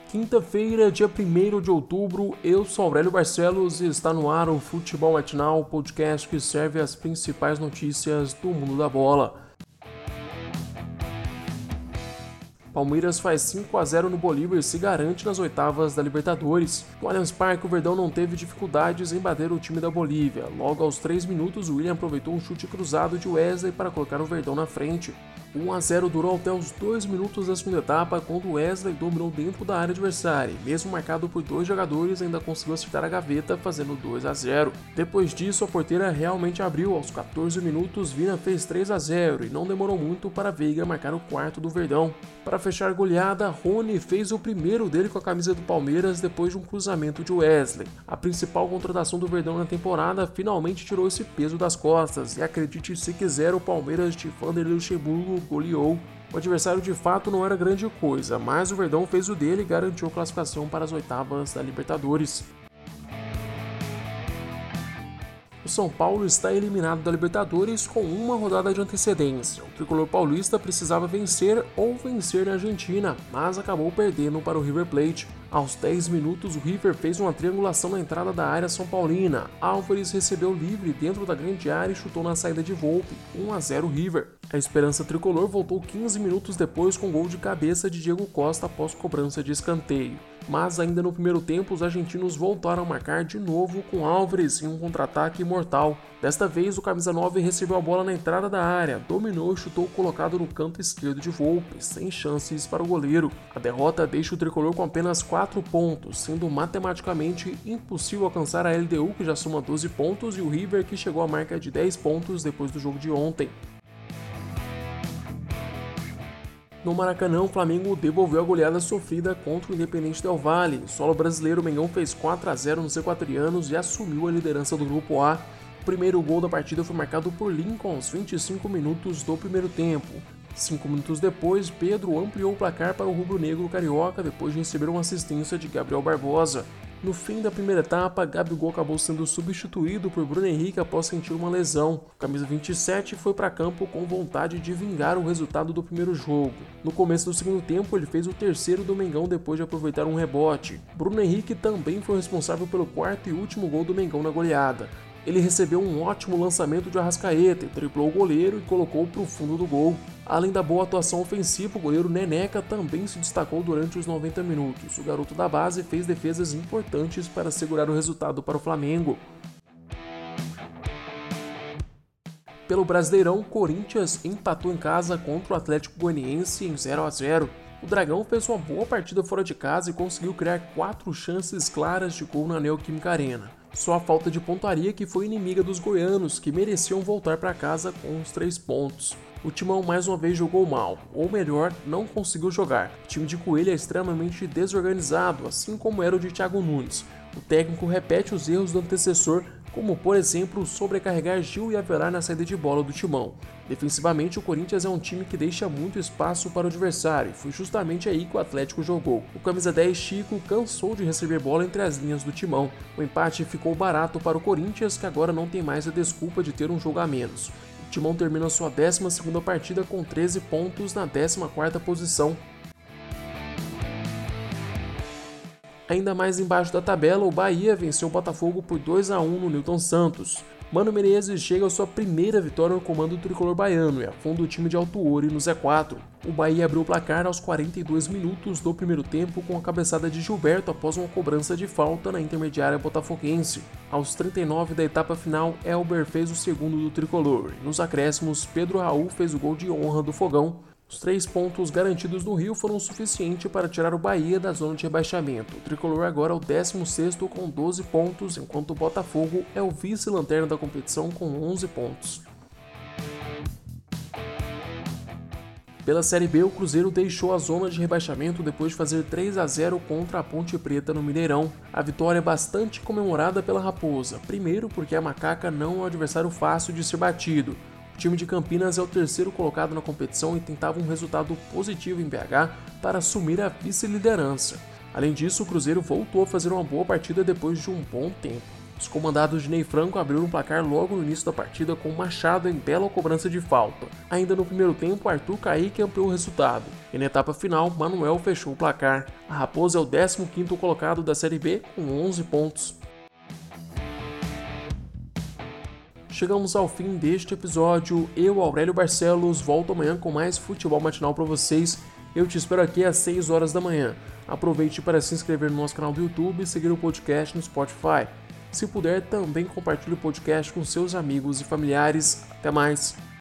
Quinta-feira, dia 1º de outubro, eu sou Aurélio Barcelos e está no ar o Futebol Matinal, podcast que serve as principais notícias do mundo da bola. Palmeiras faz 5-0 no Bolívar e se garante nas oitavas da Libertadores. No Allianz Parque, o Verdão não teve dificuldades em bater o time da Bolívia. Logo aos 3 minutos, o William aproveitou um chute cruzado de Wesley para colocar o Verdão na frente. 1-0 durou até os 2 minutos da segunda etapa, quando Wesley dominou dentro da área adversária. Mesmo marcado por 2 jogadores, ainda conseguiu acertar a gaveta, fazendo 2-0. Depois disso, a porteira realmente abriu. Aos 14 minutos, Vina fez 3-0 e não demorou muito para Veiga marcar o quarto do Verdão. Para fechar a goleada, Rony fez o primeiro dele com a camisa do Palmeiras depois de um cruzamento de Wesley. A principal contratação do Verdão na temporada finalmente tirou esse peso das costas, e acredite se quiser, o Palmeiras de Vanderlei Luxemburgo goleou. O adversário de fato não era grande coisa, mas o Verdão fez o dele e garantiu a classificação para as oitavas da Libertadores. O São Paulo está eliminado da Libertadores com uma rodada de antecedência. O tricolor paulista precisava vencer ou vencer na Argentina, mas acabou perdendo para o River Plate. Aos 10 minutos, o River fez uma triangulação na entrada da área São Paulina. Álvares recebeu livre dentro da grande área e chutou na saída de Volpi. 1-0 River. A esperança tricolor voltou 15 minutos depois com gol de cabeça de Diego Costa após cobrança de escanteio. Mas ainda no primeiro tempo, os argentinos voltaram a marcar de novo com Álvares em um contra-ataque mortal. Desta vez, o camisa 9 recebeu a bola na entrada da área, dominou e chutou colocado no canto esquerdo de Volpi, sem chances para o goleiro. A derrota deixa o tricolor com apenas 4 pontos, sendo matematicamente impossível alcançar a LDU, que já soma 12 pontos, e o River, que chegou à marca de 10 pontos depois do jogo de ontem. No Maracanã, o Flamengo devolveu a goleada sofrida contra o Independente Del Valle. Em solo brasileiro, o Mengão fez 4-0 nos equatorianos e assumiu a liderança do Grupo A. O primeiro gol da partida foi marcado por Lincoln aos 25 minutos do primeiro tempo. 5 minutos depois, Pedro ampliou o placar para o rubro-negro carioca depois de receber uma assistência de Gabriel Barbosa. No fim da primeira etapa, Gabigol acabou sendo substituído por Bruno Henrique após sentir uma lesão. O camisa 27 foi para campo com vontade de vingar o resultado do primeiro jogo. No começo do segundo tempo, ele fez o terceiro do Mengão depois de aproveitar um rebote. Bruno Henrique também foi responsável pelo quarto e último gol do Mengão na goleada. Ele recebeu um ótimo lançamento de Arrascaeta, driblou o goleiro e colocou para o fundo do gol. Além da boa atuação ofensiva, o goleiro Neneca também se destacou durante os 90 minutos. O garoto da base fez defesas importantes para segurar o resultado para o Flamengo. Pelo Brasileirão, Corinthians empatou em casa contra o Atlético Goianiense em 0-0. O Dragão fez uma boa partida fora de casa e conseguiu criar 4 chances claras de gol na Neoquímica Arena. Só a falta de pontaria que foi inimiga dos goianos, que mereciam voltar para casa com os 3 pontos. O Timão mais uma vez jogou mal, ou melhor, não conseguiu jogar. O time de Coelho é extremamente desorganizado, assim como era o de Thiago Nunes. O técnico repete os erros do antecessor, como por exemplo sobrecarregar Gil e Avelar na saída de bola do Timão. Defensivamente, o Corinthians é um time que deixa muito espaço para o adversário, e foi justamente aí que o Atlético jogou. O camisa 10 Chico cansou de receber bola entre as linhas do Timão. O empate ficou barato para o Corinthians, que agora não tem mais a desculpa de ter um jogo a menos. O Timão termina sua 12ª partida com 13 pontos na 14ª posição. Ainda mais embaixo da tabela, o Bahia venceu o Botafogo por 2-1 no Newton Santos. Mano Menezes chega à sua primeira vitória no comando do tricolor baiano e afunda o time de Alto Ouro no Z4. O Bahia abriu o placar aos 42 minutos do primeiro tempo com a cabeçada de Gilberto após uma cobrança de falta na intermediária botafoguense. Aos 39 da etapa final, Elber fez o segundo do tricolor. Nos acréscimos, Pedro Raul fez o gol de honra do Fogão. Os 3 pontos garantidos no Rio foram suficientes para tirar o Bahia da zona de rebaixamento. O tricolor agora é o 16º com 12 pontos, enquanto o Botafogo é o vice-lanterna da competição com 11 pontos. Pela Série B, o Cruzeiro deixou a zona de rebaixamento depois de fazer 3-0 contra a Ponte Preta no Mineirão. A vitória é bastante comemorada pela Raposa, primeiro porque a Macaca não é um adversário fácil de ser batido. O time de Campinas é o 3º colocado na competição e tentava um resultado positivo em BH para assumir a vice-liderança. Além disso, o Cruzeiro voltou a fazer uma boa partida depois de um bom tempo. Os comandados de Ney Franco abriram o placar logo no início da partida com Machado em bela cobrança de falta. Ainda no primeiro tempo, Arthur Caíque ampliou o resultado. E na etapa final, Manuel fechou o placar. A Raposa é o 15º colocado da Série B com 11 pontos. Chegamos ao fim deste episódio. Eu, Aurélio Barcelos, volto amanhã com mais futebol matinal para vocês. Eu te espero aqui às 6 horas da manhã. Aproveite para se inscrever no nosso canal do YouTube e seguir o podcast no Spotify. Se puder, também compartilhe o podcast com seus amigos e familiares. Até mais!